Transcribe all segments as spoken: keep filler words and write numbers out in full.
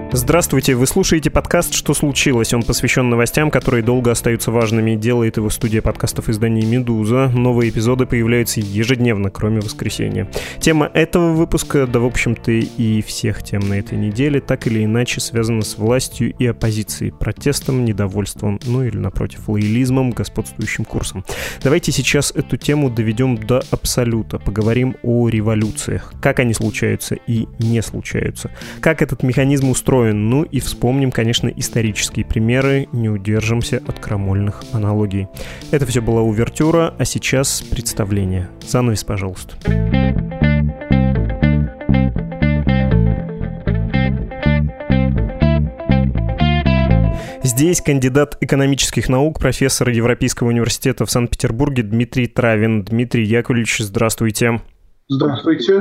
Здравствуйте, вы слушаете подкаст «Что случилось?». Он посвящен новостям, которые долго остаются важными. Делает его студия подкастов издания «Медуза». Новые эпизоды появляются ежедневно, кроме воскресенья. Тема этого выпуска, да в общем-то и всех тем на этой неделе, так или иначе связана с властью и оппозицией, протестом, недовольством, ну или, напротив, лоялизмом, господствующим курсом. Давайте сейчас эту тему доведем до абсолюта. Поговорим о революциях, как они случаются и не случаются, как этот механизм устроен. Ну и вспомним, конечно, исторические примеры, не удержимся от крамольных аналогий. Это все была увертюра, а сейчас представление. Занавес, пожалуйста. Здесь кандидат экономических наук, профессор Европейского университета в Санкт-Петербурге Дмитрий Травин. Дмитрий Яковлевич, здравствуйте. Здравствуйте.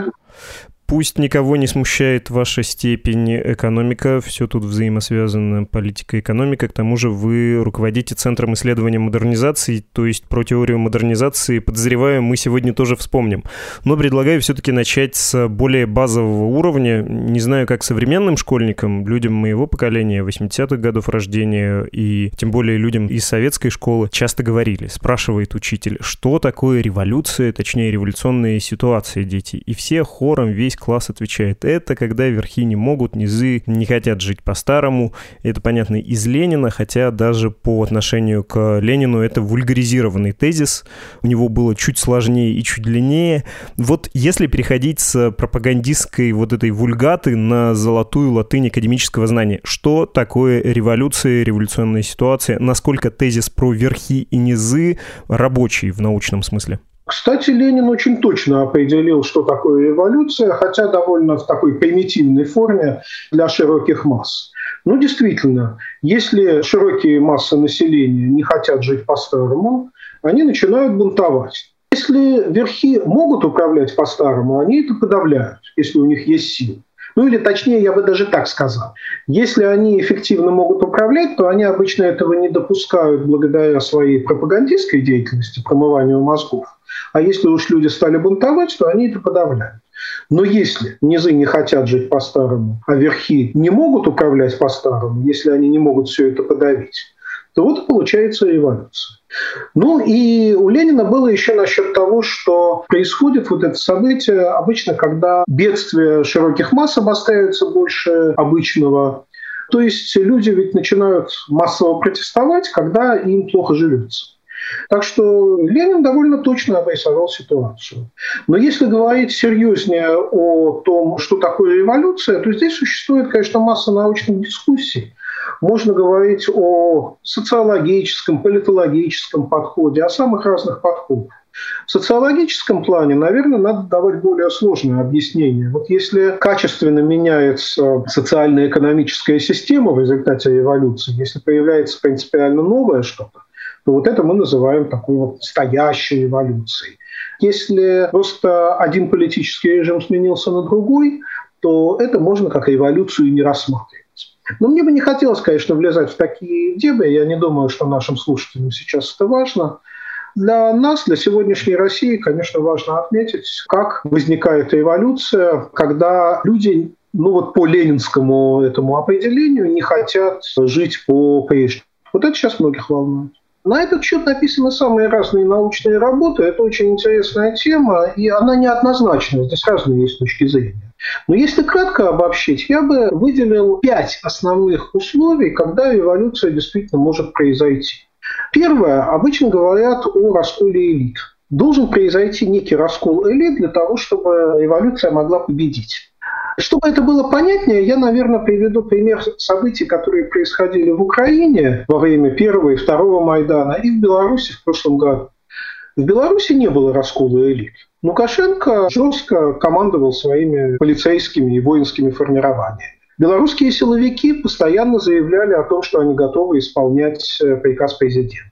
Пусть никого не смущает ваша степень экономика, все тут взаимосвязано, политика и экономика. К тому же вы руководите Центром исследования модернизации, то есть про теорию модернизации, подозреваю, мы сегодня тоже вспомним. Но предлагаю все-таки начать с более базового уровня. Не знаю, как современным школьникам, людям моего поколения, восьмидесятых годов рождения, и тем более людям из советской школы, часто говорили, спрашивает учитель, что такое революция, точнее революционные ситуации, дети. И все хором, весь класс отвечает, это когда верхи не могут, низы не хотят жить по-старому. Это понятно из Ленина, хотя даже по отношению к Ленину это вульгаризированный тезис. У него было чуть сложнее и чуть длиннее. Вот если переходить с пропагандистской вот этой вульгаты на золотую латынь академического знания, что такое революция, революционная ситуация, насколько тезис про верхи и низы рабочий в научном смысле? Кстати, Ленин очень точно определил, что такое революция, хотя довольно в такой примитивной форме для широких масс. Ну, действительно, если широкие массы населения не хотят жить по-старому, они начинают бунтовать. Если верхи могут управлять по-старому, они это подавляют, если у них есть силы. Ну или точнее, я бы даже так сказал. Если они эффективно могут управлять, то они обычно этого не допускают благодаря своей пропагандистской деятельности, промыванию мозгов. А если уж люди стали бунтовать, то они это подавляют. Но если низы не хотят жить по-старому, а верхи не могут управлять по-старому, если они не могут все это подавить, то вот получается революция. Ну и у Ленина было еще насчет того, что происходит вот это событие обычно, когда бедствия широких масс обостряются больше обычного. То есть люди ведь начинают массово протестовать, когда им плохо живется. Так что Ленин довольно точно обрисовал ситуацию. Но если говорить серьезнее о том, что такое революция, то здесь существует, конечно, масса научных дискуссий. Можно говорить о социологическом, политологическом подходе, о самых разных подходах. В социологическом плане, наверное, надо давать более сложное объяснение. Вот если качественно меняется социально-экономическая система в результате революции, если появляется принципиально новое что-то, то вот это мы называем такой вот настоящей революцией. Если просто один политический режим сменился на другой, то это можно как революцию не рассматривать. Но мне бы не хотелось, конечно, влезать в такие дебри. Я не думаю, что нашим слушателям сейчас это важно. Для нас, для сегодняшней России, конечно, важно отметить, как возникает революция, когда люди, ну вот по ленинскому этому определению, не хотят жить по-прежнему. Вот это сейчас многих волнует. На этот счет написаны самые разные научные работы. Это очень интересная тема, и она неоднозначная. Здесь разные есть точки зрения. Но если кратко обобщить, я бы выделил пять основных условий, когда революция действительно может произойти. Первое. Обычно говорят о расколе элит. Должен произойти некий раскол элит для того, чтобы революция могла победить. Чтобы это было понятнее, я, наверное, приведу пример событий, которые происходили в Украине во время первого и второго Майдана и в Беларуси в прошлом году. В Беларуси не было раскола элит. Лукашенко жестко командовал своими полицейскими и воинскими формированиями. Белорусские силовики постоянно заявляли о том, что они готовы исполнять приказ президента.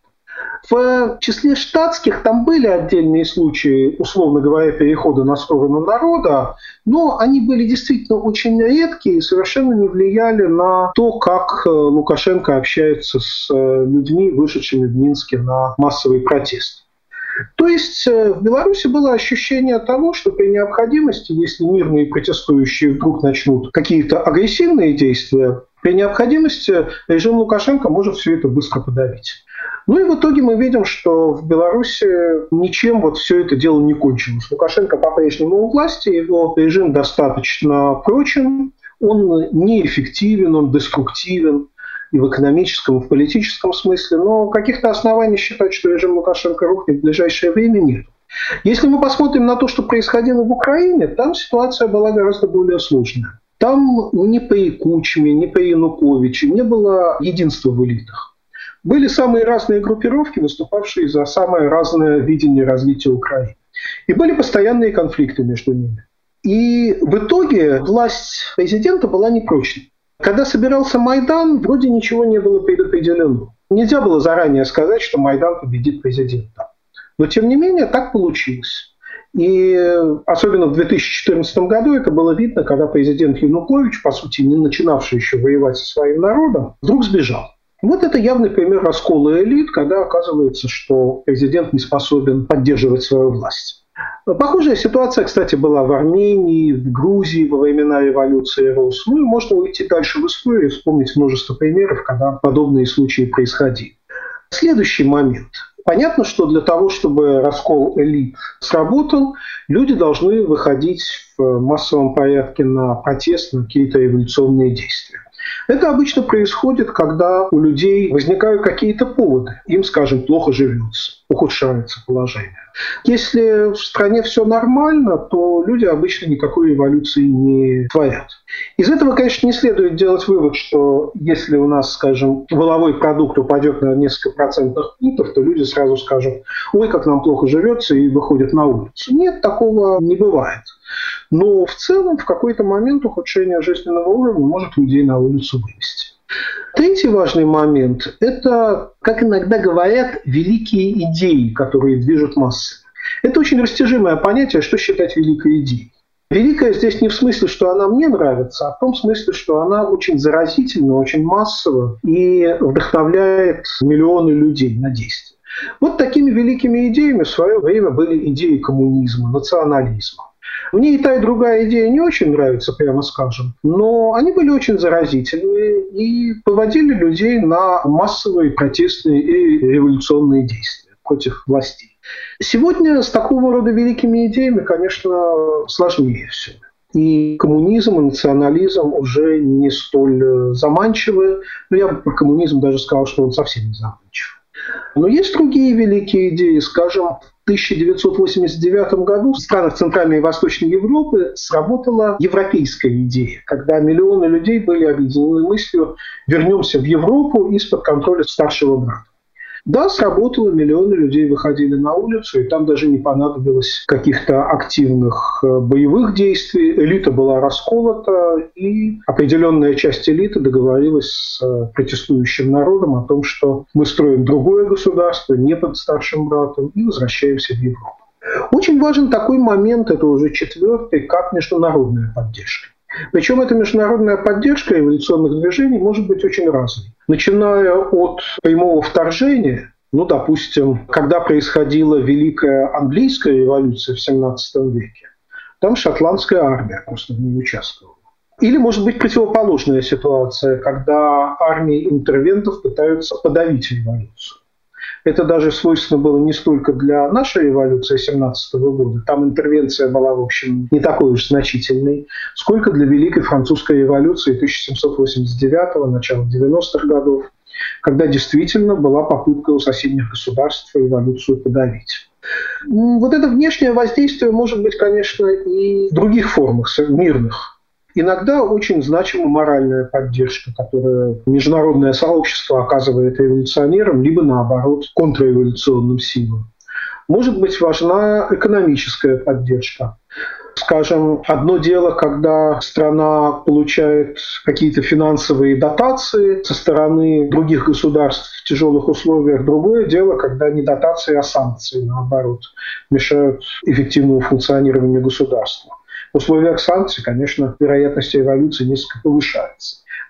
В числе штатских там были отдельные случаи, условно говоря, перехода на сторону народа, но они были действительно очень редкие и совершенно не влияли на то, как Лукашенко общается с людьми, вышедшими в Минске на массовый протест. То есть в Беларуси было ощущение того, что при необходимости, если мирные протестующие вдруг начнут какие-то агрессивные действия, при необходимости режим Лукашенко может все это быстро подавить. Ну и в итоге мы видим, что в Беларуси ничем вот все это дело не кончилось. Лукашенко по-прежнему у власти, его режим достаточно прочен, он неэффективен, он деструктивен и в экономическом, и в политическом смысле, но каких-то оснований считать, что режим Лукашенко рухнет в ближайшее время, нет. Если мы посмотрим на то, что происходило в Украине, там ситуация была гораздо более сложная. Там ни при Кучме, ни при Януковиче не было единства в элитах. Были самые разные группировки, выступавшие за самое разное видение развития Украины. И были постоянные конфликты между ними. И в итоге власть президента была непрочной. Когда собирался Майдан, вроде ничего не было предопределено. Нельзя было заранее сказать, что Майдан победит президента. Но тем не менее так получилось. И особенно в две тысячи четырнадцатом году это было видно, когда президент Янукович, по сути не начинавший еще воевать со своим народом, вдруг сбежал. Вот это явный пример раскола элит, когда оказывается, что президент не способен поддерживать свою власть. Похожая ситуация, кстати, была в Армении, в Грузии во времена революции РОС. Ну и можно уйти дальше в историю и вспомнить множество примеров, когда подобные случаи происходили. Следующий момент. Понятно, что для того, чтобы раскол элит сработал, люди должны выходить в массовом порядке на протест, на какие-то революционные действия. Это обычно происходит, когда у людей возникают какие-то поводы. Им, скажем, плохо живется, ухудшается положение. Если в стране все нормально, то люди обычно никакой революции не творят. Из этого, конечно, не следует делать вывод, что если у нас, скажем, валовой продукт упадет на несколько процентных пунктов, то люди сразу скажут: ой, как нам плохо живется, и выходят на улицу. Нет, такого не бывает. Но в целом в какой-то момент ухудшение жизненного уровня может людей на улицу вывести. Третий важный момент – это, как иногда говорят, великие идеи, которые движут массами. Это очень растяжимое понятие, что считать великой идеей. Великая здесь не в смысле, что она мне нравится, а в том смысле, что она очень заразительна, очень массова и вдохновляет миллионы людей на действия. Вот такими великими идеями в свое время были идеи коммунизма, национализма. Мне и та, и другая идея не очень нравится, прямо скажем, но они были очень заразительные и поводили людей на массовые протестные и революционные действия против властей. Сегодня с такого рода великими идеями, конечно, сложнее все. И коммунизм, и национализм уже не столь заманчивы. Но я бы про коммунизм даже сказал, что он совсем не заманчив. Но есть другие великие идеи. Скажем, в тысяча девятьсот восемьдесят девятом году в странах Центральной и Восточной Европы сработала европейская идея, когда миллионы людей были объединены мыслью: вернемся в Европу из-под контроля старшего брата. Да, сработало, миллионы людей выходили на улицу, и там даже не понадобилось каких-то активных боевых действий. Элита была расколота, и определенная часть элиты договорилась с протестующим народом о том, что мы строим другое государство, не под старшим братом, и возвращаемся в Европу. Очень важен такой момент, это уже четвертый, как международная поддержка. Причем эта международная поддержка революционных движений может быть очень разной. Начиная от прямого вторжения, ну, допустим, когда происходила Великая Английская революция в семнадцатом веке, там шотландская армия просто в ней участвовала. Или, может быть, противоположная ситуация, когда армии интервентов пытаются подавить революцию. Это даже свойственно было не столько для нашей революции семнадцатого года, там интервенция была, в общем, не такой уж значительной, сколько для Великой Французской революции тысяча семьсот восемьдесят девятого, начала девяностых годов, когда действительно была попытка у соседних государств революцию подавить. Вот это внешнее воздействие может быть, конечно, и в других формах, мирных. Иногда очень значима моральная поддержка, которую международное сообщество оказывает революционерам, либо наоборот контрреволюционным силам. Может быть важна экономическая поддержка. Скажем, одно дело, когда страна получает какие-то финансовые дотации со стороны других государств в тяжелых условиях. Другое дело, когда не дотации, а санкции, наоборот, мешают эффективному функционированию государства. В условиях санкций, конечно, вероятность революции несколько повышается.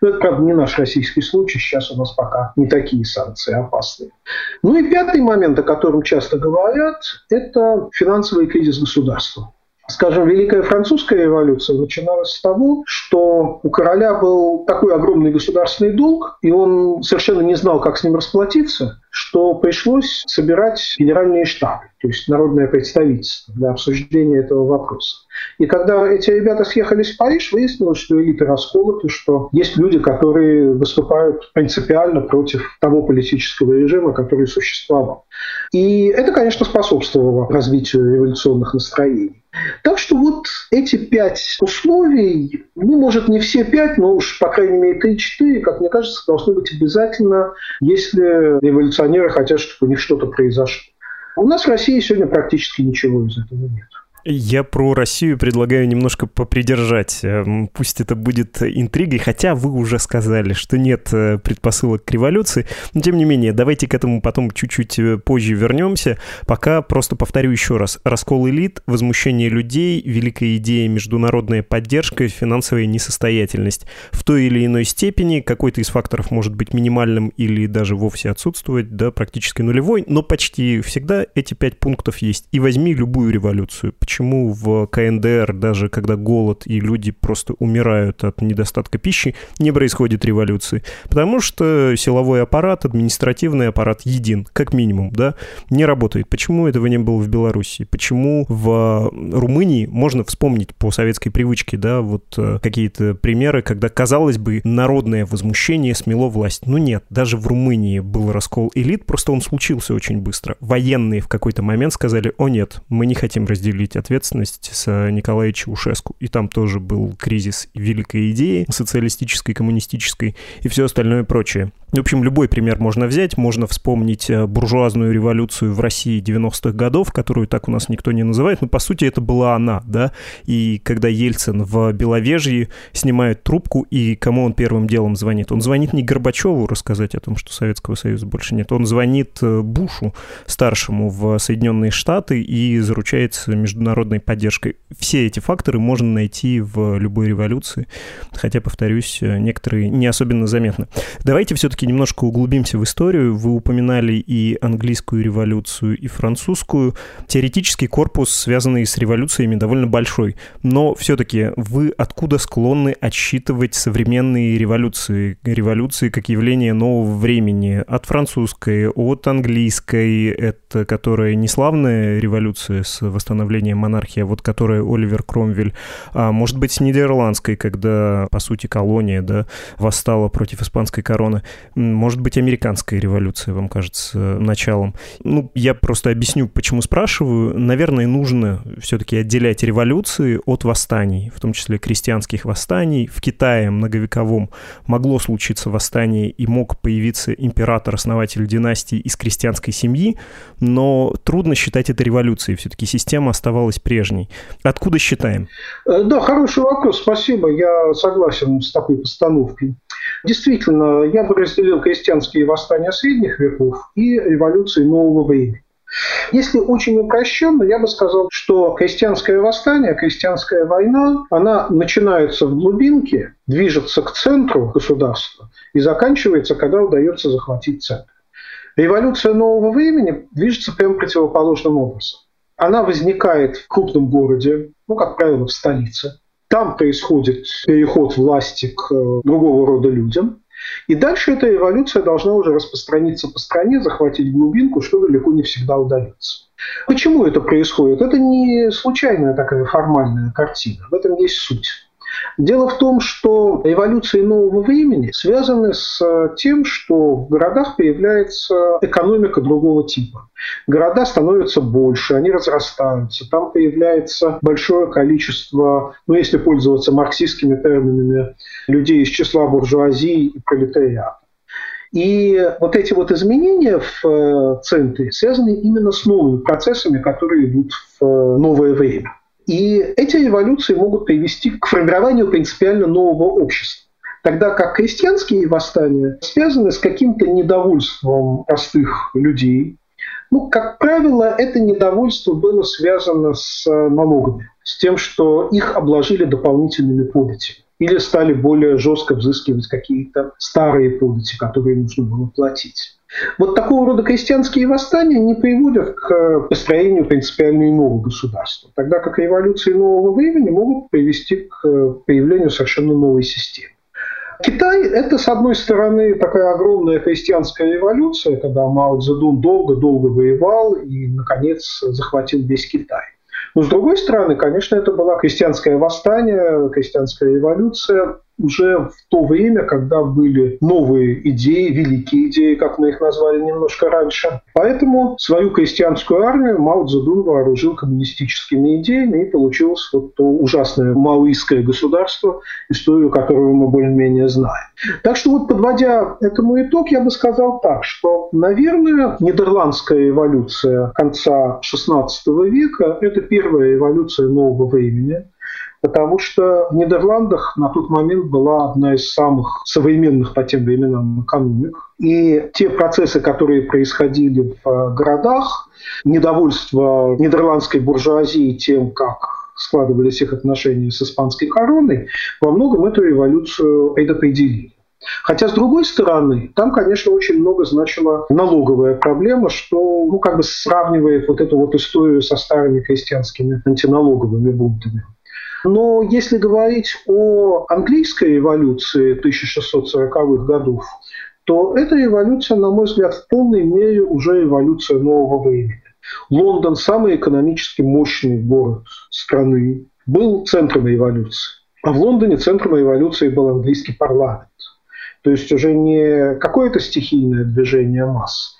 Но это, правда, не наш российский случай. Сейчас у нас пока не такие санкции опасные. Ну и пятый момент, о котором часто говорят, это финансовый кризис государства. Скажем, Великая Французская революция начиналась с того, что у короля был такой огромный государственный долг, и он совершенно не знал, как с ним расплатиться, что пришлось собирать генеральные штабы, то есть народное представительство, для обсуждения этого вопроса. И когда эти ребята съехались в Париж, выяснилось, что элиты расколоты, что есть люди, которые выступают принципиально против того политического режима, который существовал. И это, конечно, способствовало развитию революционных настроений. Так что вот эти пять условий, ну, может, не все пять, но уж, по крайней мере, три-четыре, как мне кажется, должны быть обязательно, если революционеры хотят, чтобы у них что-то произошло. У нас в России сегодня практически ничего из этого нет. Я про Россию предлагаю немножко попридержать. Пусть это будет интригой, хотя вы уже сказали, что нет предпосылок к революции. Но, тем не менее, давайте к этому потом чуть-чуть позже вернемся. Пока просто повторю еще раз. Раскол элит, возмущение людей, великая идея международная поддержка, финансовая несостоятельность. В той или иной степени какой-то из факторов может быть минимальным или даже вовсе отсутствовать, да, практически нулевой, но почти всегда эти пять пунктов есть. И возьми любую революцию. Почему в ка эн дэ эр, даже когда голод и люди просто умирают от недостатка пищи, не происходит революции? Потому что силовой аппарат, административный аппарат един, как минимум, да, не работает. Почему этого не было в Беларуси? Почему в Румынии, можно вспомнить по советской привычке, да, вот какие-то примеры, когда, казалось бы, народное возмущение смело власть. Ну нет, даже в Румынии был раскол элит, просто он случился очень быстро. Военные в какой-то момент сказали: о нет, мы не хотим разделить ответственность с Николаем Чаушеску. И там тоже был кризис великой идеи, социалистической, коммунистической и все остальное прочее. В общем, любой пример можно взять. Можно вспомнить буржуазную революцию в России девяностых годов, которую так у нас никто не называет, но по сути это была она, да. И когда Ельцин в Беловежье снимает трубку, и кому он первым делом звонит? Он звонит не Горбачеву рассказать о том, что Советского Союза больше нет. Он звонит Бушу, старшему, в Соединенные Штаты и заручается международной поддержкой. Все эти факторы можно найти в любой революции, хотя, повторюсь, некоторые не особенно заметны. Давайте все-таки немножко углубимся в историю. Вы упоминали и английскую революцию, и французскую. Теоретический корпус, связанный с революциями, довольно большой. Но все-таки вы откуда склонны отсчитывать современные революции? Революции как явление нового времени. От французской, от английской, это которая не славная революция с восстановлением монархии, а вот которая Оливер Кромвель. А может быть, с нидерландской, когда, по сути, колония, да, восстала против испанской короны. Может быть, американская революция, вам кажется, началом. Ну, я просто объясню, почему спрашиваю. Наверное, нужно все-таки отделять революции от восстаний, в том числе крестьянских восстаний. В Китае многовековом могло случиться восстание, и мог появиться император, основатель династии из крестьянской семьи, но трудно считать это революцией. Все-таки система оставалась прежней. Откуда считаем? Да, хороший вопрос, спасибо. Я согласен с такой постановкой. Действительно, я бы разделил крестьянские восстания средних веков и революции нового времени. Если очень упрощенно, я бы сказал, что крестьянское восстание, крестьянская война, она начинается в глубинке, движется к центру государства и заканчивается, когда удается захватить центр. Революция нового времени движется прямо противоположным образом. Она возникает в крупном городе, ну, как правило, в столице. Там происходит переход власти к другого рода людям. И дальше эта революция должна уже распространиться по стране, захватить глубинку, что далеко не всегда удается. Почему это происходит? Это не случайная такая формальная картина. В этом есть суть. Дело в том, что революции нового времени связаны с тем, что в городах появляется экономика другого типа. Города становятся больше, они разрастаются, там появляется большое количество, ну если пользоваться марксистскими терминами, людей из числа буржуазии и пролетариата. И вот эти вот изменения в центре связаны именно с новыми процессами, которые идут в новое время. И эти революции могут привести к формированию принципиально нового общества. Тогда как крестьянские восстания связаны с каким-то недовольством простых людей. Ну, как правило, это недовольство было связано с налогами, с тем, что их обложили дополнительными податями. или стали более жестко взыскивать какие-то старые подати, которые нужно было платить. Вот такого рода крестьянские восстания не приводят к построению принципиально иного государства, тогда как революции нового времени могут привести к появлению совершенно новой системы. Китай – это, с одной стороны, такая огромная крестьянская революция, когда Мао Цзэдун долго-долго воевал и, наконец, захватил весь Китай. Но, с другой стороны, конечно, это было крестьянское восстание, крестьянская революция уже в то время, когда были новые идеи, великие идеи, как мы их назвали немножко раньше. Поэтому свою крестьянскую армию Мао Цзэдун вооружил коммунистическими идеями, и получилось вот то ужасное маоистское государство, историю которого мы более-менее знаем. Так что вот, подводя этому итог, я бы сказал так, что, наверное, нидерландская революция конца шестнадцатого века – это первая революция нового времени, потому что в Нидерландах на тот момент была одна из самых современных по тем временам экономик. И те процессы, которые происходили в городах, недовольство нидерландской буржуазии тем, как складывались их отношения с испанской короной, во многом эту революцию предопределили. Хотя, с другой стороны, там, конечно, очень много значила налоговая проблема, что, ну, как бы сравнивает вот эту вот историю со старыми крестьянскими антиналоговыми бунтами. Но если говорить о английской революции тысяча шестьсот сороковых годов, то эта революция, на мой взгляд, в полной мере уже революция нового времени. Лондон, самый экономически мощный город страны, был центром революции. А в Лондоне центром революции был английский парламент. То есть уже не какое-то стихийное движение масс,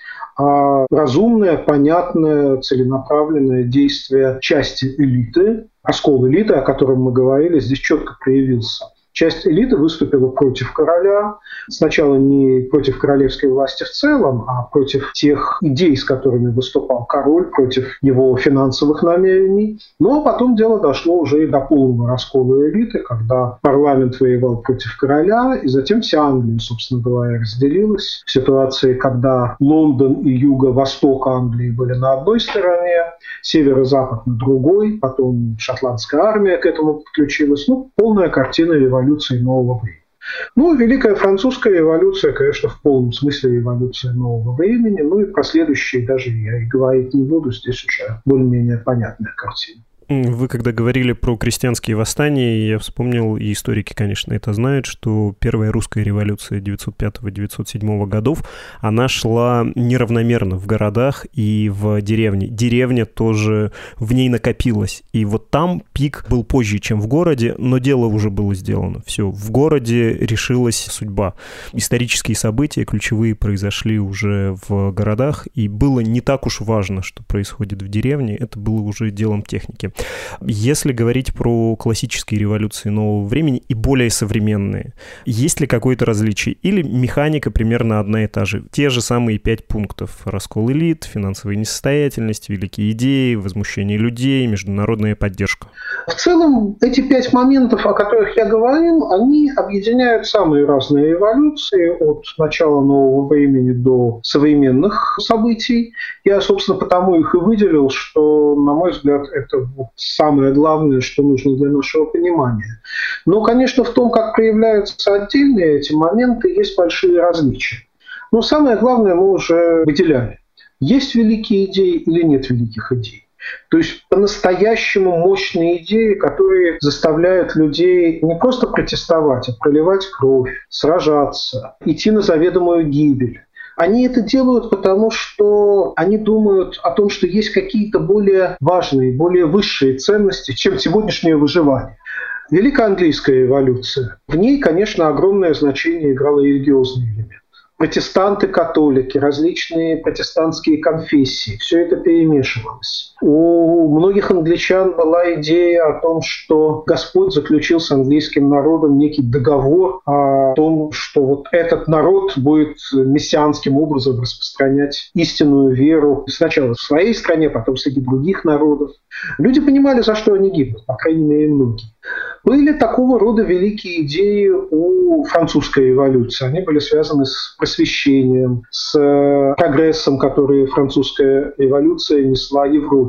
а разумное, понятное, целенаправленное действие части элиты. Раскол элиты, о котором мы говорили, здесь четко проявился. Часть элиты выступила против короля. Сначала не против королевской власти в целом, а против тех идей, с которыми выступал король, против его финансовых намерений. Но потом дело дошло уже и до полного раскола элиты, когда парламент воевал против короля, и затем вся Англия, собственно говоря, разделилась. В ситуации, когда Лондон и юго-восток Англии были на одной стороне, северо-запад на другой, потом шотландская армия к этому подключилась. Ну, полная картина революции. Революции нового времени. Ну, Великая Французская революция, конечно, в полном смысле революция нового времени. Ну и про следующие даже я и говорить не буду, здесь уже более-менее понятная картина. Вы когда говорили про крестьянские восстания, я вспомнил, и историки, конечно, это знают, что первая русская революция девятьсот пятого — девятьсот седьмого годов, она шла неравномерно в городах и в деревне. Деревня тоже в ней накопилась. И вот там пик был позже, чем в городе, но дело уже было сделано. Все, в городе решилась судьба. Исторические события ключевые произошли уже в городах, и было не так уж важно, что происходит в деревне, это было уже делом техники. Если говорить про классические революции нового времени и более современные, есть ли какое-то различие? Или механика примерно одна и та же? Те же самые пять пунктов. Раскол элит, финансовая несостоятельность, великие идеи, возмущение людей, международная поддержка. В целом, эти пять моментов, о которых я говорил, они объединяют самые разные революции от начала нового времени до современных событий. Я, собственно, потому их и выделил, что, на мой взгляд, это самое главное, что нужно для нашего понимания. Но, конечно, в том, как проявляются отдельные эти моменты, есть большие различия. Но самое главное мы уже выделяли. Есть великие идеи или нет великих идей? То есть по-настоящему мощные идеи, которые заставляют людей не просто протестовать, а проливать кровь, сражаться, идти на заведомую гибель. Они это делают потому, что они думают о том, что есть какие-то более важные, более высшие ценности, чем сегодняшнее выживание. Великая английская революция. В ней, конечно, огромное значение играл религиозный элемент. Протестанты, католики, различные протестантские конфессии. Все это перемешивалось. У многих англичан была идея о том, что Господь заключил с английским народом некий договор о том, что вот этот народ будет мессианским образом распространять истинную веру сначала в своей стране, потом среди других народов. Люди понимали, за что они гибнут, по крайней мере, многие. Были такого рода великие идеи у французской революции. Они были связаны с просвещением, с прогрессом, который французская революция несла Европе.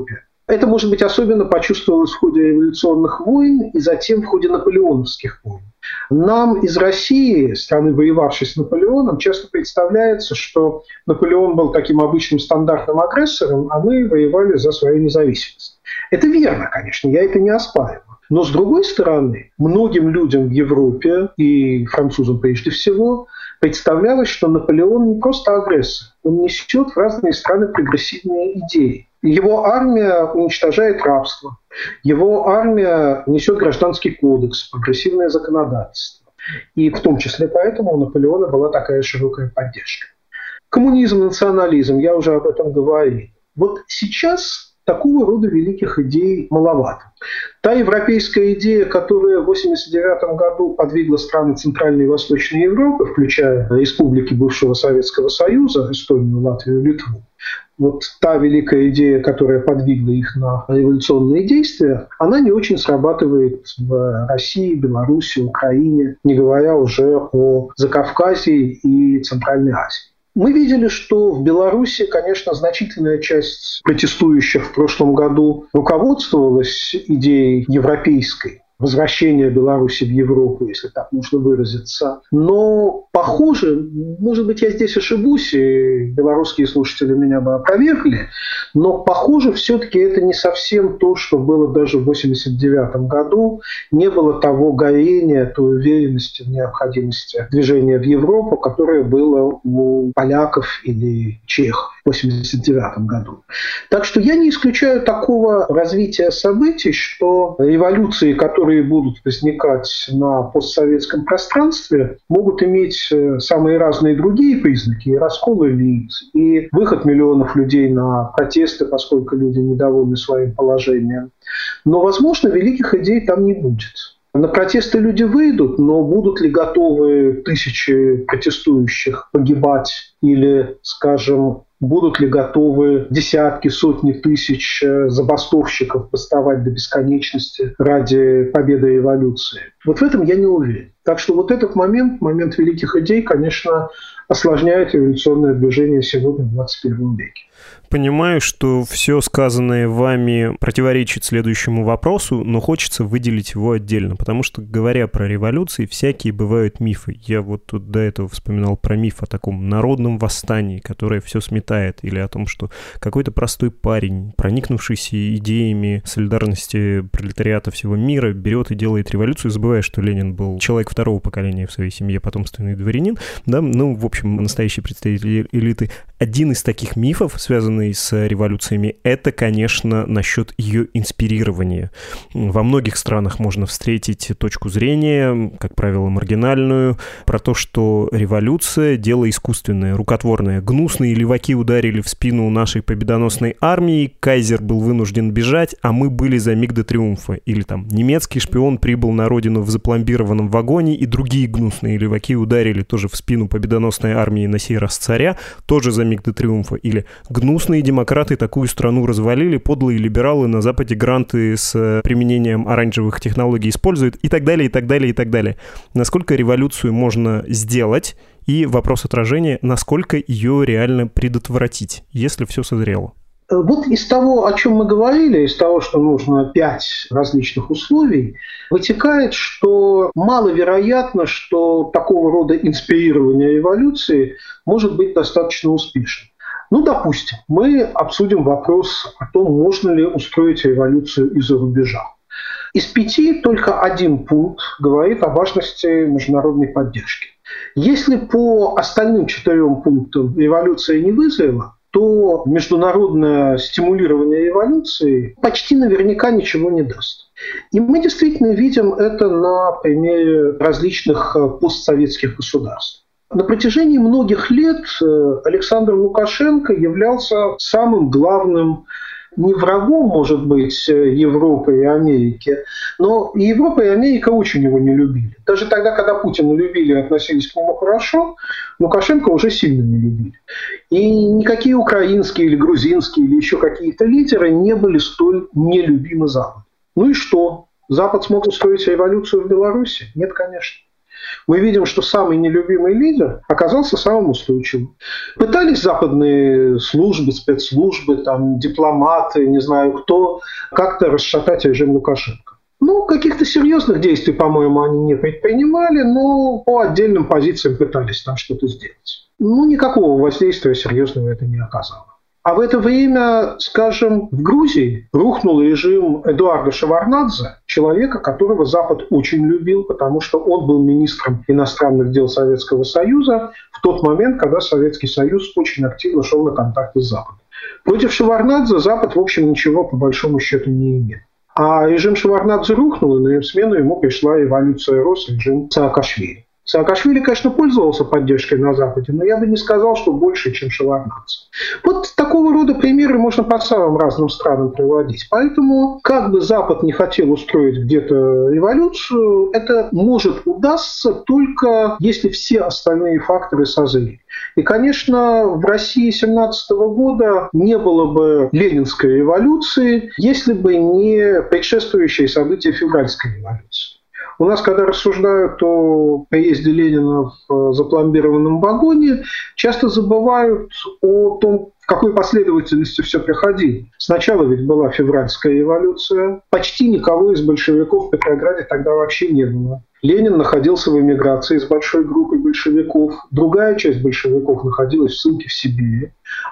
Это, может быть, особенно почувствовалось в ходе революционных войн и затем в ходе наполеоновских войн. Нам из России, страны, воевавшей с Наполеоном, часто представляется, что Наполеон был таким обычным стандартным агрессором, а мы воевали за свою независимость. Это верно, конечно, я это не оспариваю. Но, с другой стороны, многим людям в Европе, и французам прежде всего, представлялось, что Наполеон не просто агрессор, он несет в разные страны прогрессивные идеи. Его армия уничтожает рабство, его армия несет гражданский кодекс, прогрессивное законодательство. И в том числе поэтому у Наполеона была такая широкая поддержка. Коммунизм, национализм, я уже об этом говорил. Вот сейчас такого рода великих идей маловато. Та европейская идея, которая в восемьдесят девятом году подвигла страны Центральной и Восточной Европы, включая республики бывшего Советского Союза, Эстонию, Латвию, Литву, вот та великая идея, которая подвигла их на революционные действия, она не очень срабатывает в России, Беларуси, Украине, не говоря уже о Закавказье и Центральной Азии. Мы видели, что в Беларуси, конечно, значительная часть протестующих в прошлом году руководствовалась идеей европейской, возвращения Беларуси в Европу, если так можно выразиться. Но, похоже, может быть, я здесь ошибусь, и белорусские слушатели меня бы опровергли, но, похоже, все-таки это не совсем то, что было даже в восемьдесят девятом году. Не было того горения, той уверенности в необходимости движения в Европу, которое было у поляков или чехов в восемьдесят девятом году. Так что я не исключаю такого развития событий, что революции, которые которые будут возникать на постсоветском пространстве, могут иметь самые разные другие признаки, и раскол элит, и выход миллионов людей на протесты, поскольку люди недовольны своим положением. Но, возможно, великих идей там не будет. На протесты люди выйдут, но будут ли готовы тысячи протестующих погибать или, скажем, будут ли готовы десятки, сотни тысяч забастовщиков бастовать до бесконечности ради победы революции? Вот в этом я не уверен. Так что вот этот момент, момент великих идей, конечно, осложняет революционное движение сегодня в двадцать первом веке. Понимаю, что все сказанное вами противоречит следующему вопросу, но хочется выделить его отдельно, потому что, говоря про революции, всякие бывают мифы. Я вот тут до этого вспоминал про миф о таком народном восстании, которое все сметает, или о том, что какой-то простой парень, проникнувшийся идеями солидарности пролетариата всего мира, берет и делает революцию, забывая, что Ленин был человек второго поколения в своей семье, потомственный дворянин, да, ну, в общем, настоящий представитель элиты. Один из таких мифов, связанный с революциями, это, конечно, насчет ее инспирирования. Во многих странах можно встретить точку зрения, как правило, маргинальную, про то, что революция – дело искусственное, рукотворное. Гнусные леваки ударили в спину нашей победоносной армии, кайзер был вынужден бежать, а мы были за миг до триумфа. Или там немецкий шпион прибыл на родину в запломбированном вагоне, и другие гнусные леваки ударили тоже в спину победоносной армии, на сей раз царя, тоже за миг до триумфа. Или гнусные демократы такую страну развалили, подлые либералы на Западе гранты с применением оранжевых технологий используют, и так далее, и так далее, и так далее. Насколько революцию можно сделать, и вопрос отражения, насколько ее реально предотвратить, если все созрело? Вот из того, о чем мы говорили, из того, что нужно пять различных условий, вытекает, что маловероятно, что такого рода инспирирование революции может быть достаточно успешным. Ну, допустим, мы обсудим вопрос о том, можно ли устроить революцию из-за рубежа. Из пяти только один пункт говорит о важности международной поддержки. Если по остальным четырем пунктам революция не вызрела, то международное стимулирование революции почти наверняка ничего не даст. И мы действительно видим это на примере различных постсоветских государств. На протяжении многих лет Александр Лукашенко являлся самым главным не врагом, может быть, Европы и Америки, но и Европа, и Америка очень его не любили. Даже тогда, когда Путина любили и относились к нему хорошо, Лукашенко уже сильно не любили. И никакие украинские или грузинские или еще какие-то лидеры не были столь нелюбимы Западом. Ну и что? Запад смог устроить революцию в Беларуси? Нет, конечно. Мы видим, что самый нелюбимый лидер оказался самым устойчивым. Пытались западные службы, спецслужбы, там, дипломаты, не знаю кто, как-то расшатать режим Лукашенко. Ну, каких-то серьезных действий, по-моему, они не предпринимали, но по отдельным позициям пытались там что-то сделать. Ну, никакого воздействия серьезного это не оказало. А в это время, скажем, в Грузии рухнул режим Эдуарда Шеварднадзе, человека, которого Запад очень любил, потому что он был министром иностранных дел Советского Союза в тот момент, когда Советский Союз очень активно шел на контакты с Западом. Против Шеварднадзе Запад, в общем, ничего по большому счету не имел. А режим Шеварднадзе рухнул, и на смену ему пришла эволюция рос режим Саакашвили. Саакашвили, конечно, пользовался поддержкой на Западе, но я бы не сказал, что больше, чем Шеварднадзе. Вот такого рода примеры можно по самым разным странам приводить. Поэтому, как бы Запад не хотел устроить где-то революцию, это может удастся только если все остальные факторы созрели. И, конечно, в России семнадцатого года не было бы Ленинской революции, если бы не предшествующие события февральской революции. У нас, когда рассуждают о приезде Ленина в запломбированном вагоне, часто забывают о том, в какой последовательности все проходило. Сначала ведь была февральская революция. Почти никого из большевиков в Петрограде тогда вообще не было. Ленин находился в эмиграции с большой группой большевиков. Другая часть большевиков находилась в ссылке в Сибири.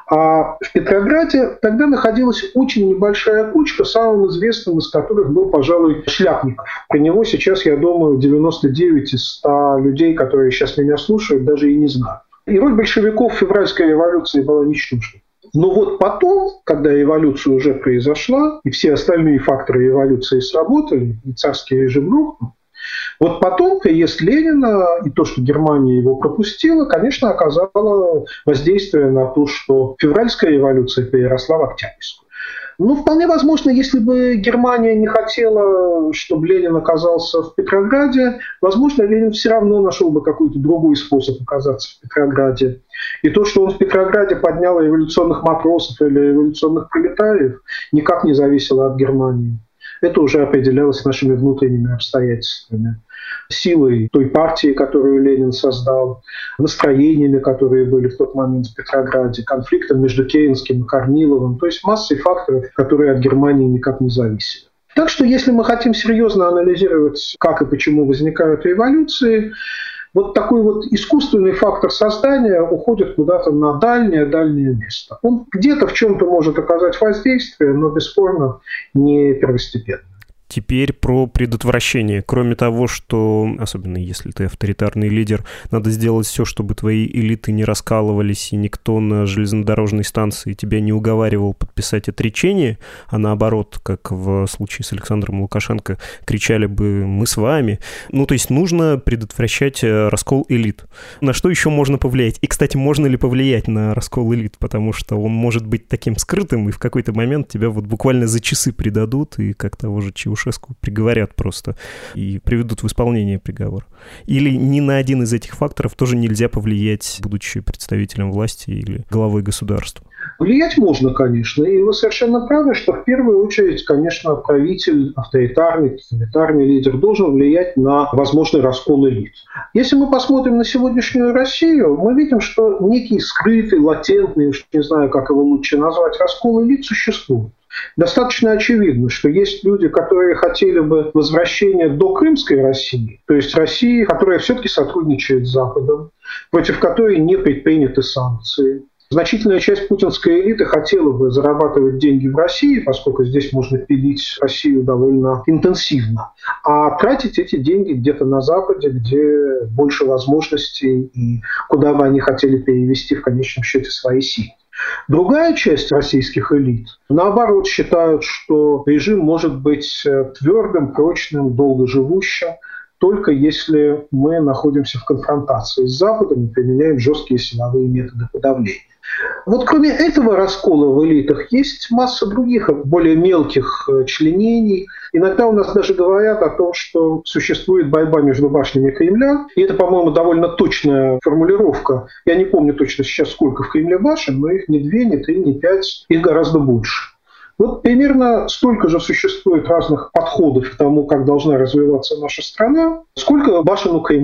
А в Петрограде тогда находилась очень небольшая кучка, самым известным из которых был, пожалуй, Шляпников. Про него сейчас, я думаю, девяносто девять из ста людей, которые сейчас меня слушают, даже и не знают. И роль большевиков в февральской революции была ничтожной. Но вот потом, когда революция уже произошла, и все остальные факторы революции сработали, и царский режим рухнул, вот потом приезд Ленина и то, что Германия его пропустила, конечно, оказало воздействие на то, что февральская революция переросла в октябрьскую. Ну, вполне возможно, если бы Германия не хотела, чтобы Ленин оказался в Петрограде, возможно, Ленин все равно нашел бы какой-то другой способ оказаться в Петрограде. И то, что он в Петрограде поднял революционных матросов или революционных пролетариев, никак не зависело от Германии. Это уже определялось нашими внутренними обстоятельствами. Силой той партии, которую Ленин создал, настроениями, которые были в тот момент в Петрограде, конфликтом между Керенским и Корниловым, то есть массой факторов, которые от Германии никак не зависели. Так что, если мы хотим серьезно анализировать, как и почему возникают революции, вот такой вот искусственный фактор создания уходит куда-то на дальнее-дальнее место. Он где-то в чем-то может оказать воздействие, но бесспорно не первостепенно. Теперь про предотвращение. Кроме того, что, особенно если ты авторитарный лидер, надо сделать все, чтобы твои элиты не раскалывались, и никто на железнодорожной станции тебя не уговаривал подписать отречение, а наоборот, как в случае с Александром Лукашенко, кричали бы «мы с вами». Ну, то есть нужно предотвращать раскол элит. На что еще можно повлиять? И, кстати, можно ли повлиять на раскол элит? Потому что он может быть таким скрытым, и в какой-то момент тебя вот буквально за часы предадут, и как того же Чаушеску приговорят просто и приведут в исполнение приговор. Или ни на один из этих факторов тоже нельзя повлиять, будучи представителем власти или главой государства? Влиять можно, конечно. И вы совершенно правы, что в первую очередь, конечно, правитель, авторитарный, тоталитарный лидер должен влиять на возможный раскол элит. Если мы посмотрим на сегодняшнюю Россию, мы видим, что некий скрытый, латентный, уж не знаю, как его лучше назвать, раскол элит существует. Достаточно очевидно, что есть люди, которые хотели бы возвращения до Крымской России, то есть России, которая все-таки сотрудничает с Западом, против которой не предприняты санкции. Значительная часть путинской элиты хотела бы зарабатывать деньги в России, поскольку здесь можно пилить Россию довольно интенсивно, а тратить эти деньги где-то на Западе, где больше возможностей и куда бы они хотели перевести в конечном счете свои силы. Другая часть российских элит, наоборот, считают, что режим может быть твердым, прочным, долгоживущим, только если мы находимся в конфронтации с Западом и применяем жесткие силовые методы подавления. Вот кроме этого раскола в элитах есть масса других, более мелких членений. Иногда у нас даже говорят о том, что существует борьба между башнями Кремля. И это, по-моему, довольно точная формулировка. Я не помню точно сейчас, сколько в Кремле башен, но их не две, не три, не пять, их гораздо больше. Вот примерно столько же существует разных подходов к тому, как должна развиваться наша страна, сколько башен у Кремля.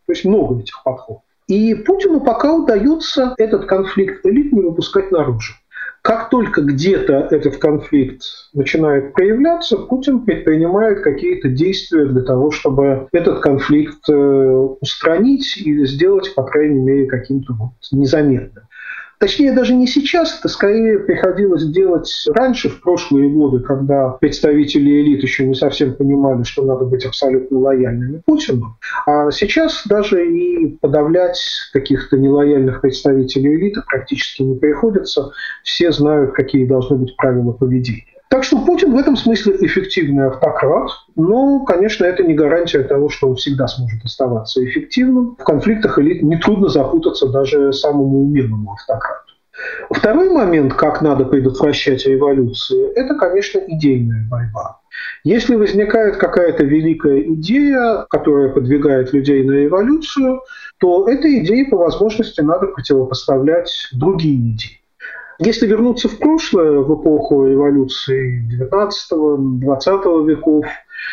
То есть много этих подходов. И Путину пока удается этот конфликт элит не выпускать наружу. Как только где-то этот конфликт начинает проявляться, Путин предпринимает какие-то действия для того, чтобы этот конфликт устранить или сделать, по крайней мере, каким-то вот незаметным. Точнее, даже не сейчас, это скорее приходилось делать раньше, в прошлые годы, когда представители элит еще не совсем понимали, что надо быть абсолютно лояльными Путину. А сейчас даже и подавлять каких-то нелояльных представителей элиты практически не приходится. Все знают, какие должны быть правила поведения. Так что Путин в этом смысле эффективный автократ, но, конечно, это не гарантия того, что он всегда сможет оставаться эффективным. В конфликтах элит нетрудно запутаться даже самому умелому автократу. Второй момент, как надо предотвращать революции, это, конечно, идейная борьба. Если возникает какая-то великая идея, которая подвигает людей на революцию, то этой идее по возможности надо противопоставлять другие идеи. Если вернуться в прошлое, в эпоху революции девятнадцатого-двадцатого веков,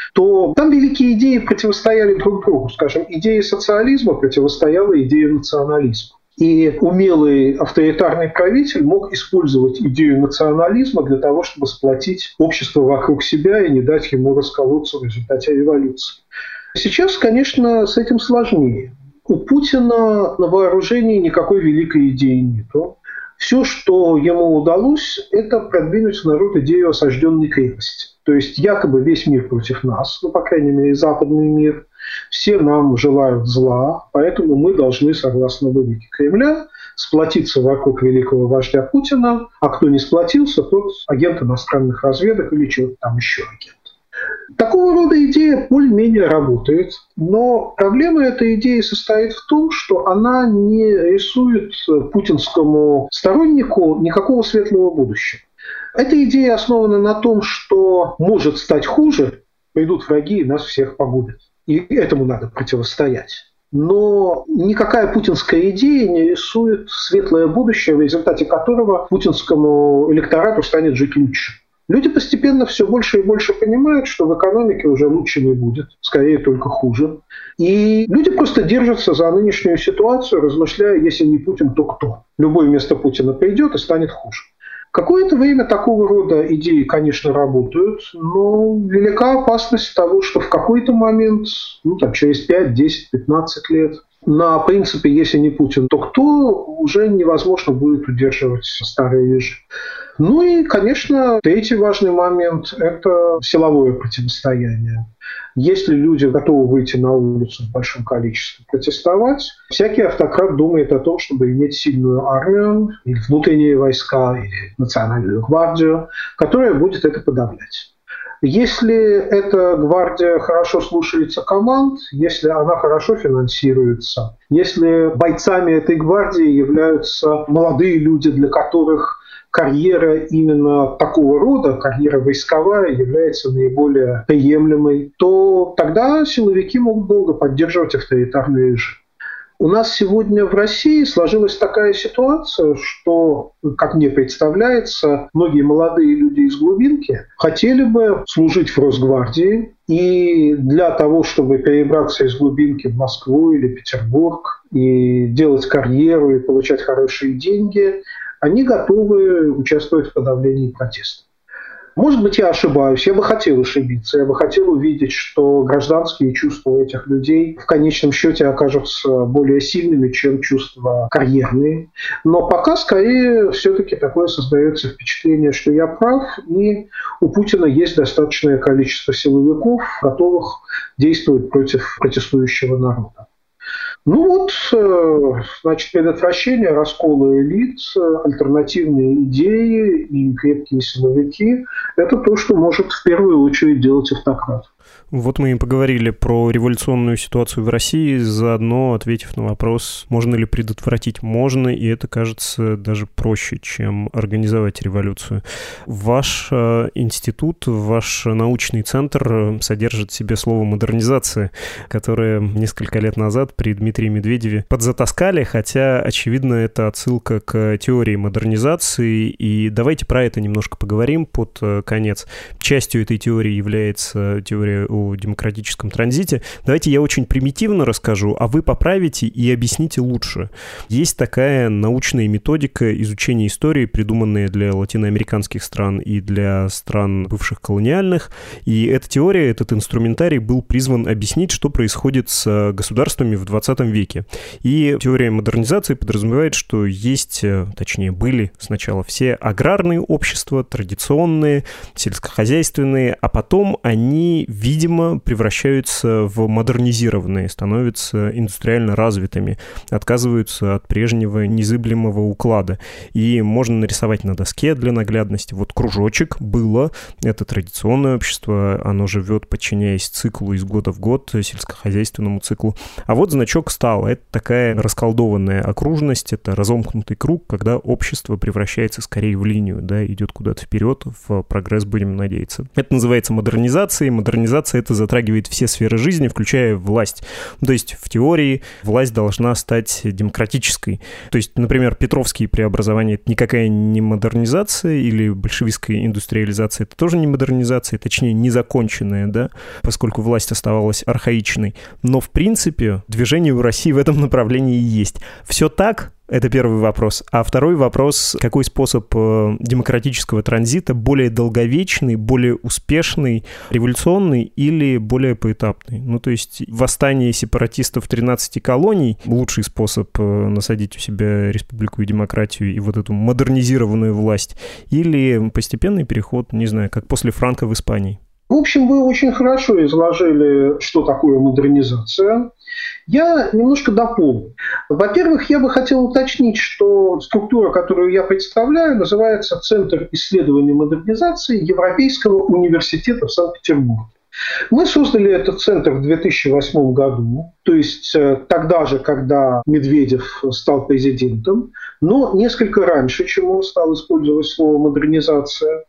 то там великие идеи противостояли друг другу. Скажем, идея социализма противостояла идее национализма. И умелый авторитарный правитель мог использовать идею национализма для того, чтобы сплотить общество вокруг себя и не дать ему расколоться в результате революции. Сейчас, конечно, с этим сложнее. У Путина на вооружении никакой великой идеи нету. Все, что ему удалось, это продвинуть в народ идею осажденной крепости. То есть якобы весь мир против нас, ну, по крайней мере, западный мир. Все нам желают зла, поэтому мы должны, согласно логике Кремля, сплотиться вокруг великого вождя Путина, а кто не сплотился, тот агент иностранных разведок или чего-то там еще агент. Такого рода идея более-менее работает, но проблема этой идеи состоит в том, что она не рисует путинскому стороннику никакого светлого будущего. Эта идея основана на том, что может стать хуже, придут враги и нас всех погубят. И этому надо противостоять. Но никакая путинская идея не рисует светлое будущее, в результате которого путинскому электорату станет жить лучше. Люди постепенно все больше и больше понимают, что в экономике уже лучше не будет, скорее только хуже. И люди просто держатся за нынешнюю ситуацию, размышляя, если не Путин, то кто. Любой вместо Путина придет и станет хуже. Какое-то время такого рода идеи, конечно, работают, но велика опасность того, что в какой-то момент, ну, там, через пять, десять, пятнадцать лет, на принципе, если не Путин, то кто, уже невозможно будет удерживать старый режим. Ну и, конечно, третий важный момент – это силовое противостояние. Если люди готовы выйти на улицу в большом количестве протестовать, всякий автократ думает о том, чтобы иметь сильную армию, или внутренние войска, или национальную гвардию, которая будет это подавлять. Если эта гвардия хорошо слушается команд, если она хорошо финансируется, если бойцами этой гвардии являются молодые люди, для которых карьера именно такого рода, карьера войсковая, является наиболее приемлемой, то тогда силовики могут долго поддерживать авторитарный режим. У нас сегодня в России сложилась такая ситуация, что, как мне представляется, многие молодые люди из глубинки хотели бы служить в Росгвардии, и для того, чтобы перебраться из глубинки в Москву или Петербург и делать карьеру и получать хорошие деньги, они готовы участвовать в подавлении протестов. Может быть, я ошибаюсь, я бы хотел ошибиться, я бы хотел увидеть, что гражданские чувства этих людей в конечном счете окажутся более сильными, чем чувства карьерные. Но пока скорее все-таки такое создается впечатление, что я прав, и у Путина есть достаточное количество силовиков, готовых действовать против протестующего народа. Ну вот, значит, предотвращение раскола элит, альтернативные идеи и крепкие силовики – это то, что может в первую очередь делать автократ. Вот мы и поговорили про революционную ситуацию в России, заодно ответив на вопрос, можно ли предотвратить. Можно, и это кажется даже проще, чем организовать революцию. Ваш э, институт, ваш научный центр содержит в себе слово «модернизация», которое несколько лет назад при Дмитрии Дмитрии Медведеве подзатаскали, хотя, очевидно, это отсылка к теории модернизации, и давайте про это немножко поговорим под конец. Частью этой теории является теория о демократическом транзите. Давайте я очень примитивно расскажу, а вы поправите и объясните лучше. Есть такая научная методика изучения истории, придуманная для латиноамериканских стран и для стран бывших колониальных, и эта теория, этот инструментарий был призван объяснить, что происходит с государствами в двадцатом веке. И теория модернизации подразумевает, что есть, точнее, были сначала все аграрные общества, традиционные, сельскохозяйственные, а потом они, видимо, превращаются в модернизированные, становятся индустриально развитыми, отказываются от прежнего незыблемого уклада. И можно нарисовать на доске для наглядности. Вот кружочек было, это традиционное общество, оно живет, подчиняясь циклу из года в год, сельскохозяйственному циклу. А вот значок стал. Это такая расколдованная окружность, это разомкнутый круг, когда общество превращается скорее в линию, да, идет куда-то вперед, в прогресс, будем надеяться. Это называется модернизацией. Модернизация — это затрагивает все сферы жизни, включая власть. То есть в теории власть должна стать демократической. То есть, например, Петровские преобразования — это никакая не модернизация, или большевистская индустриализация — это тоже не модернизация, точнее, незаконченная, да, поскольку власть оставалась архаичной. Но, в принципе, движение у России в этом направлении есть. Все так? Это первый вопрос. А второй вопрос, какой способ демократического транзита более долговечный, более успешный, революционный или более поэтапный? Ну, то есть восстание сепаратистов тринадцати колоний — лучший способ насадить у себя республику и демократию и вот эту модернизированную власть, или постепенный переход, не знаю, как после Франко в Испании? В общем, вы очень хорошо изложили, что такое модернизация. Я немножко дополню. Во-первых, я бы хотел уточнить, что структура, которую я представляю, называется Центр исследований модернизации Европейского университета в Санкт-Петербурге. Мы создали этот центр в две тысячи восьмом году, то есть тогда же, когда Медведев стал президентом, но несколько раньше, чем он стал использовать слово «модернизация».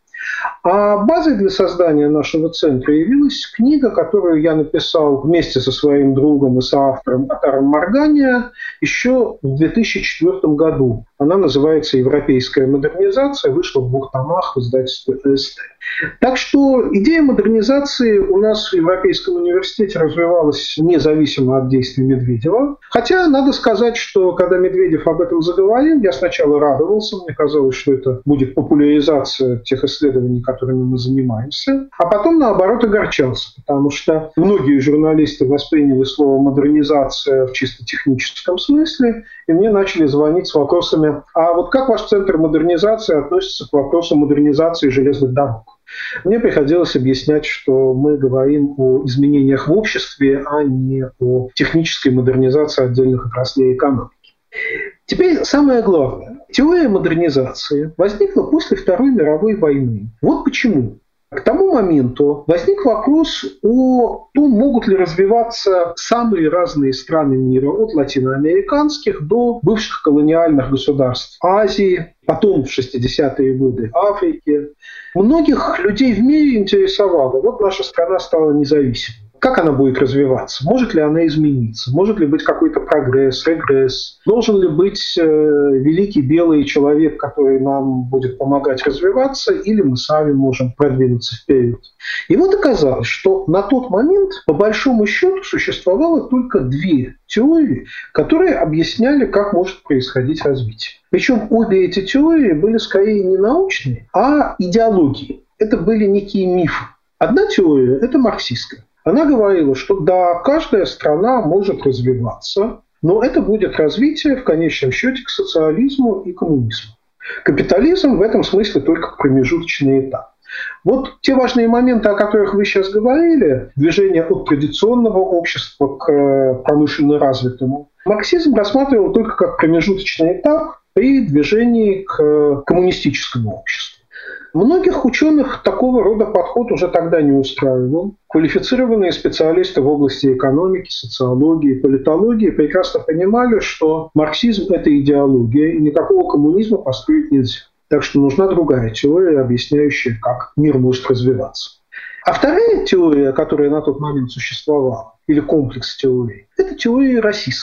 А базой для создания нашего центра явилась книга, которую я написал вместе со своим другом и соавтором Атаром Маргания еще в две тысячи четвёртом году. Она называется «Европейская модернизация», вышла в двух томах в издательстве ТСТ. Так что идея модернизации у нас в Европейском университете развивалась независимо от действий Медведева. Хотя надо сказать, что когда Медведев об этом заговорил, я сначала радовался, мне казалось, что это будет популяризация тех исследований, которыми мы занимаемся, а потом, наоборот, огорчался, потому что многие журналисты восприняли слово «модернизация» в чисто техническом смысле, и мне начали звонить с вопросами: а вот как ваш Центр модернизации относится к вопросу модернизации железных дорог? Мне приходилось объяснять, что мы говорим о изменениях в обществе, а не о технической модернизации отдельных отраслей экономики. Теперь самое главное. Теория модернизации возникла после Второй мировой войны. Вот почему. К тому моменту возник вопрос о том, могут ли развиваться самые разные страны мира, от латиноамериканских до бывших колониальных государств Азии, потом в шестидесятые годы Африки. Многих людей в мире интересовало: вот наша страна стала независимой. Как она будет развиваться? Может ли она измениться? Может ли быть какой-то прогресс, регресс? Должен ли быть э, великий белый человек, который нам будет помогать развиваться, или мы сами можем продвинуться вперед? И вот оказалось, что на тот момент, по большому счету, существовало только две теории, которые объясняли, как может происходить развитие. Причем обе эти теории были скорее не научные, а идеологии. Это были некие мифы. Одна теория – это марксистская. Она говорила, что да, каждая страна может развиваться, но это будет развитие в конечном счете к социализму и коммунизму. Капитализм в этом смысле только промежуточный этап. Вот те важные моменты, о которых вы сейчас говорили, движение от традиционного общества к промышленно развитому, марксизм рассматривал только как промежуточный этап при движении к коммунистическому обществу. Многих ученых такого рода подход уже тогда не устраивал. Квалифицированные специалисты в области экономики, социологии, политологии прекрасно понимали, что марксизм – это идеология, и никакого коммунизма построить нельзя. Так что нужна другая теория, объясняющая, как мир может развиваться. А вторая теория, которая на тот момент существовала, или комплекс теорий, это теории российские.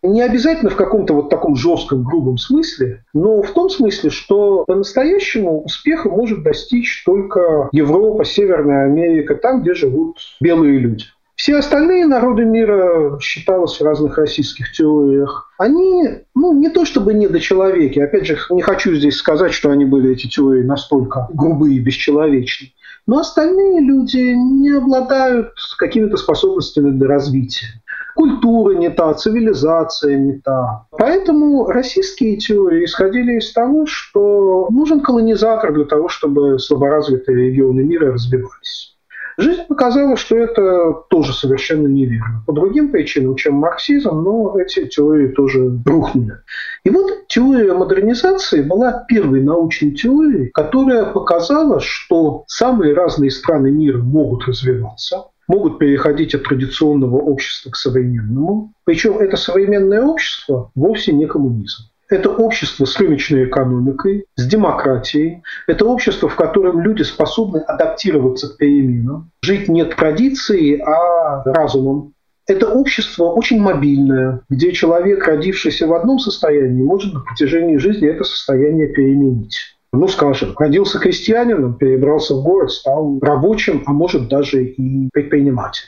Не обязательно в каком-то вот таком жестком, грубом смысле, но в том смысле, что по-настоящему успеха может достичь только Европа, Северная Америка, там, где живут белые люди. Все остальные народы мира, считалось в разных российских теориях, они, ну, не то чтобы недочеловеки, опять же, не хочу здесь сказать, что они были, эти теории, настолько грубые и бесчеловечны, но остальные люди не обладают какими-то способностями для развития. Культура не та, цивилизация не та. Поэтому российские теории исходили из того, что нужен колонизатор для того, чтобы слаборазвитые регионы мира развивались. Жизнь показала, что это тоже совершенно неверно. По другим причинам, чем марксизм, но эти теории тоже рухнули. И вот теория модернизации была первой научной теорией, которая показала, что самые разные страны мира могут развиваться, могут переходить от традиционного общества к современному. Причем это современное общество вовсе не коммунизм. Это общество с рыночной экономикой, с демократией. Это общество, в котором люди способны адаптироваться к переменам, жить не традицией, а разумом. Это общество очень мобильное, где человек, родившийся в одном состоянии, может на протяжении жизни это состояние переменить. Ну, скажем, родился крестьянином, перебрался в город, стал рабочим, а может даже и предпринимателем.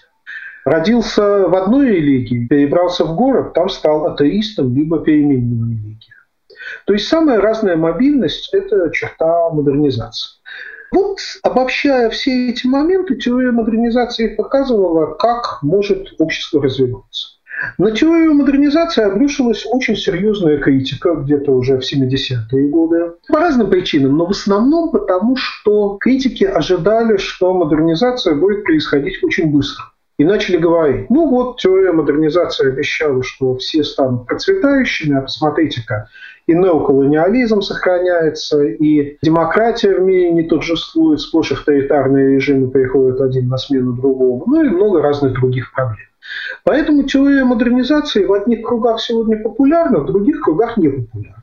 Родился в одной религии, перебрался в город, там стал атеистом, либо переменил религию. То есть самая разная мобильность – это черта модернизации. Вот, обобщая все эти моменты, теория модернизации показывала, как может общество развиваться. На теорию модернизации обрушилась очень серьезная критика где-то уже в семидесятые годы. По разным причинам, но в основном потому, что критики ожидали, что модернизация будет происходить очень быстро. И начали говорить, ну вот теория модернизации обещала, что все станут процветающими, а посмотрите-ка, и неоколониализм сохраняется, и демократия в мире не торжествует, сплошь авторитарные режимы приходят один на смену другому, ну и много разных других проблем. Поэтому теория модернизации в одних кругах сегодня популярна, в других кругах не популярна.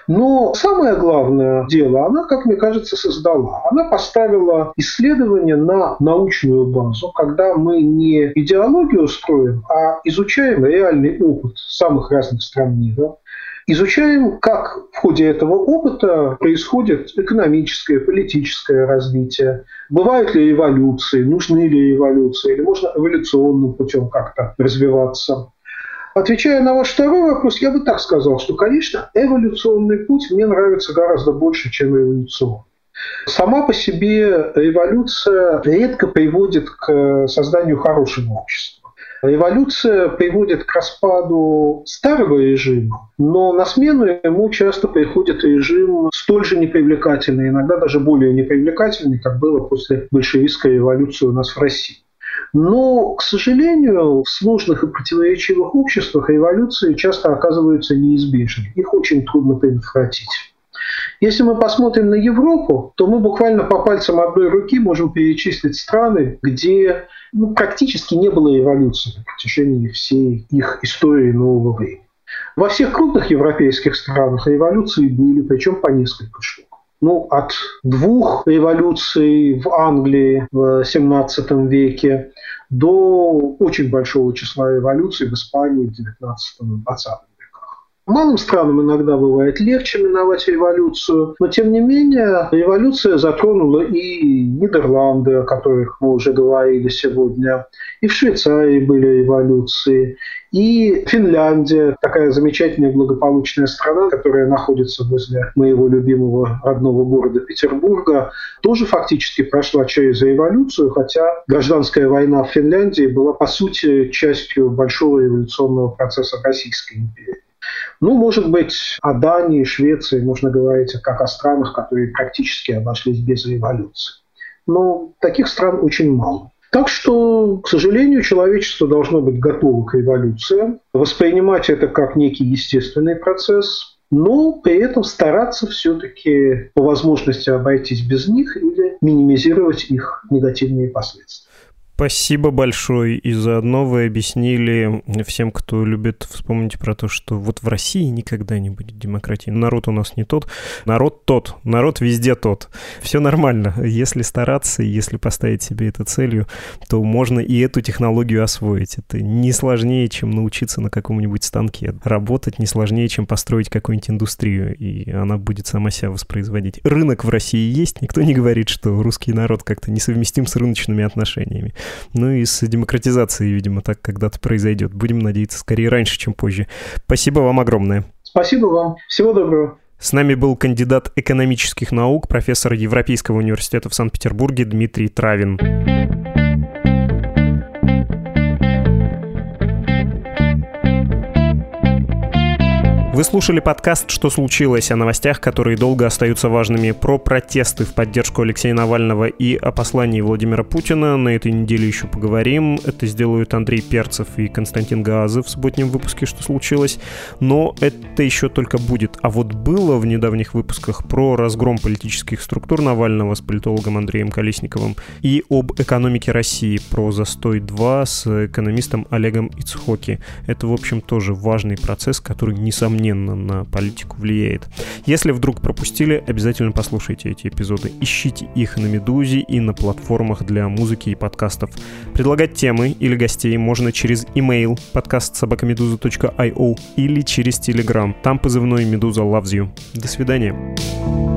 Но самое главное дело она, как мне кажется, создала. Она поставила исследование на научную базу, когда мы не идеологию строим, а изучаем реальный опыт самых разных стран мира. Изучаем, как в ходе этого опыта происходит экономическое, политическое развитие, бывают ли эволюции, нужны ли эволюции, или можно эволюционным путем как-то развиваться. Отвечая на ваш второй вопрос, я бы так сказал, что, конечно, эволюционный путь мне нравится гораздо больше, чем эволюционный. Сама по себе эволюция редко приводит к созданию хорошего общества. Эволюция приводит к распаду старого режима, но на смену ему часто приходит режим столь же непривлекательный, иногда даже более непривлекательный, как было после большевистской революции у нас в России. Но, к сожалению, в сложных и противоречивых обществах революции часто оказываются неизбежны. Их очень трудно предотвратить. Если мы посмотрим на Европу, то мы буквально по пальцам одной руки можем перечислить страны, где ну, практически не было революции на протяжении всей их истории нового времени. Во всех крупных европейских странах революции были, причем по несколько штук. Ну, от двух революций в Англии в семнадцатом веке до очень большого числа революций в Испании в девятнадцатом-двадцатом веках. Малым странам иногда бывает легче миновать революцию, но тем не менее революция затронула и Нидерланды, о которых мы уже говорили сегодня, и в Швейцарии были революции, и Финляндия, такая замечательная благополучная страна, которая находится возле моего любимого родного города Петербурга, тоже фактически прошла через революцию, хотя гражданская война в Финляндии была, по сути, частью большого революционного процесса Российской империи. Ну, может быть, о Дании, Швеции можно говорить как о странах, которые практически обошлись без революции. Но таких стран очень мало. Так что, к сожалению, человечество должно быть готово к революциям, воспринимать это как некий естественный процесс, но при этом стараться все-таки по возможности обойтись без них или минимизировать их негативные последствия. Спасибо большое. И заодно вы объяснили всем, кто любит вспомнить про то, что вот в России никогда не будет демократии. Народ у нас не тот, народ тот, народ везде тот. Все нормально. Если стараться, если поставить себе это целью, то можно и эту технологию освоить. Это не сложнее, чем научиться на каком-нибудь станке работать, не сложнее, чем построить какую-нибудь индустрию, и она будет сама себя воспроизводить. Рынок в России есть, никто не говорит, что русский народ как-то несовместим с рыночными отношениями. Ну и с демократизацией, видимо, так когда-то произойдет. Будем надеяться, скорее раньше, чем позже. Спасибо вам огромное. Спасибо вам. Всего доброго. С нами был кандидат экономических наук, профессор Европейского университета в Санкт-Петербурге Дмитрий Травин. Вы слушали подкаст «Что случилось?» о новостях, которые долго остаются важными, про протесты в поддержку Алексея Навального и о послании Владимира Путина. На этой неделе еще поговорим. Это сделают Андрей Перцев и Константин Гаазов в субботнем выпуске «Что случилось?». Но это еще только будет. А вот было в недавних выпусках про разгром политических структур Навального с политологом Андреем Колесниковым и об экономике России, про застой два с экономистом Олегом Ицхоки. Это, в общем, тоже важный процесс, который, несомненно, на политику влияет. Если вдруг пропустили, обязательно послушайте эти эпизоды. Ищите их на «Медузе» и на платформах для музыки и подкастов. Предлагать темы или гостей можно через имейл подкаст собака медуза точка ай о или через Telegram. Там позывной «Медуза loves you». До свидания.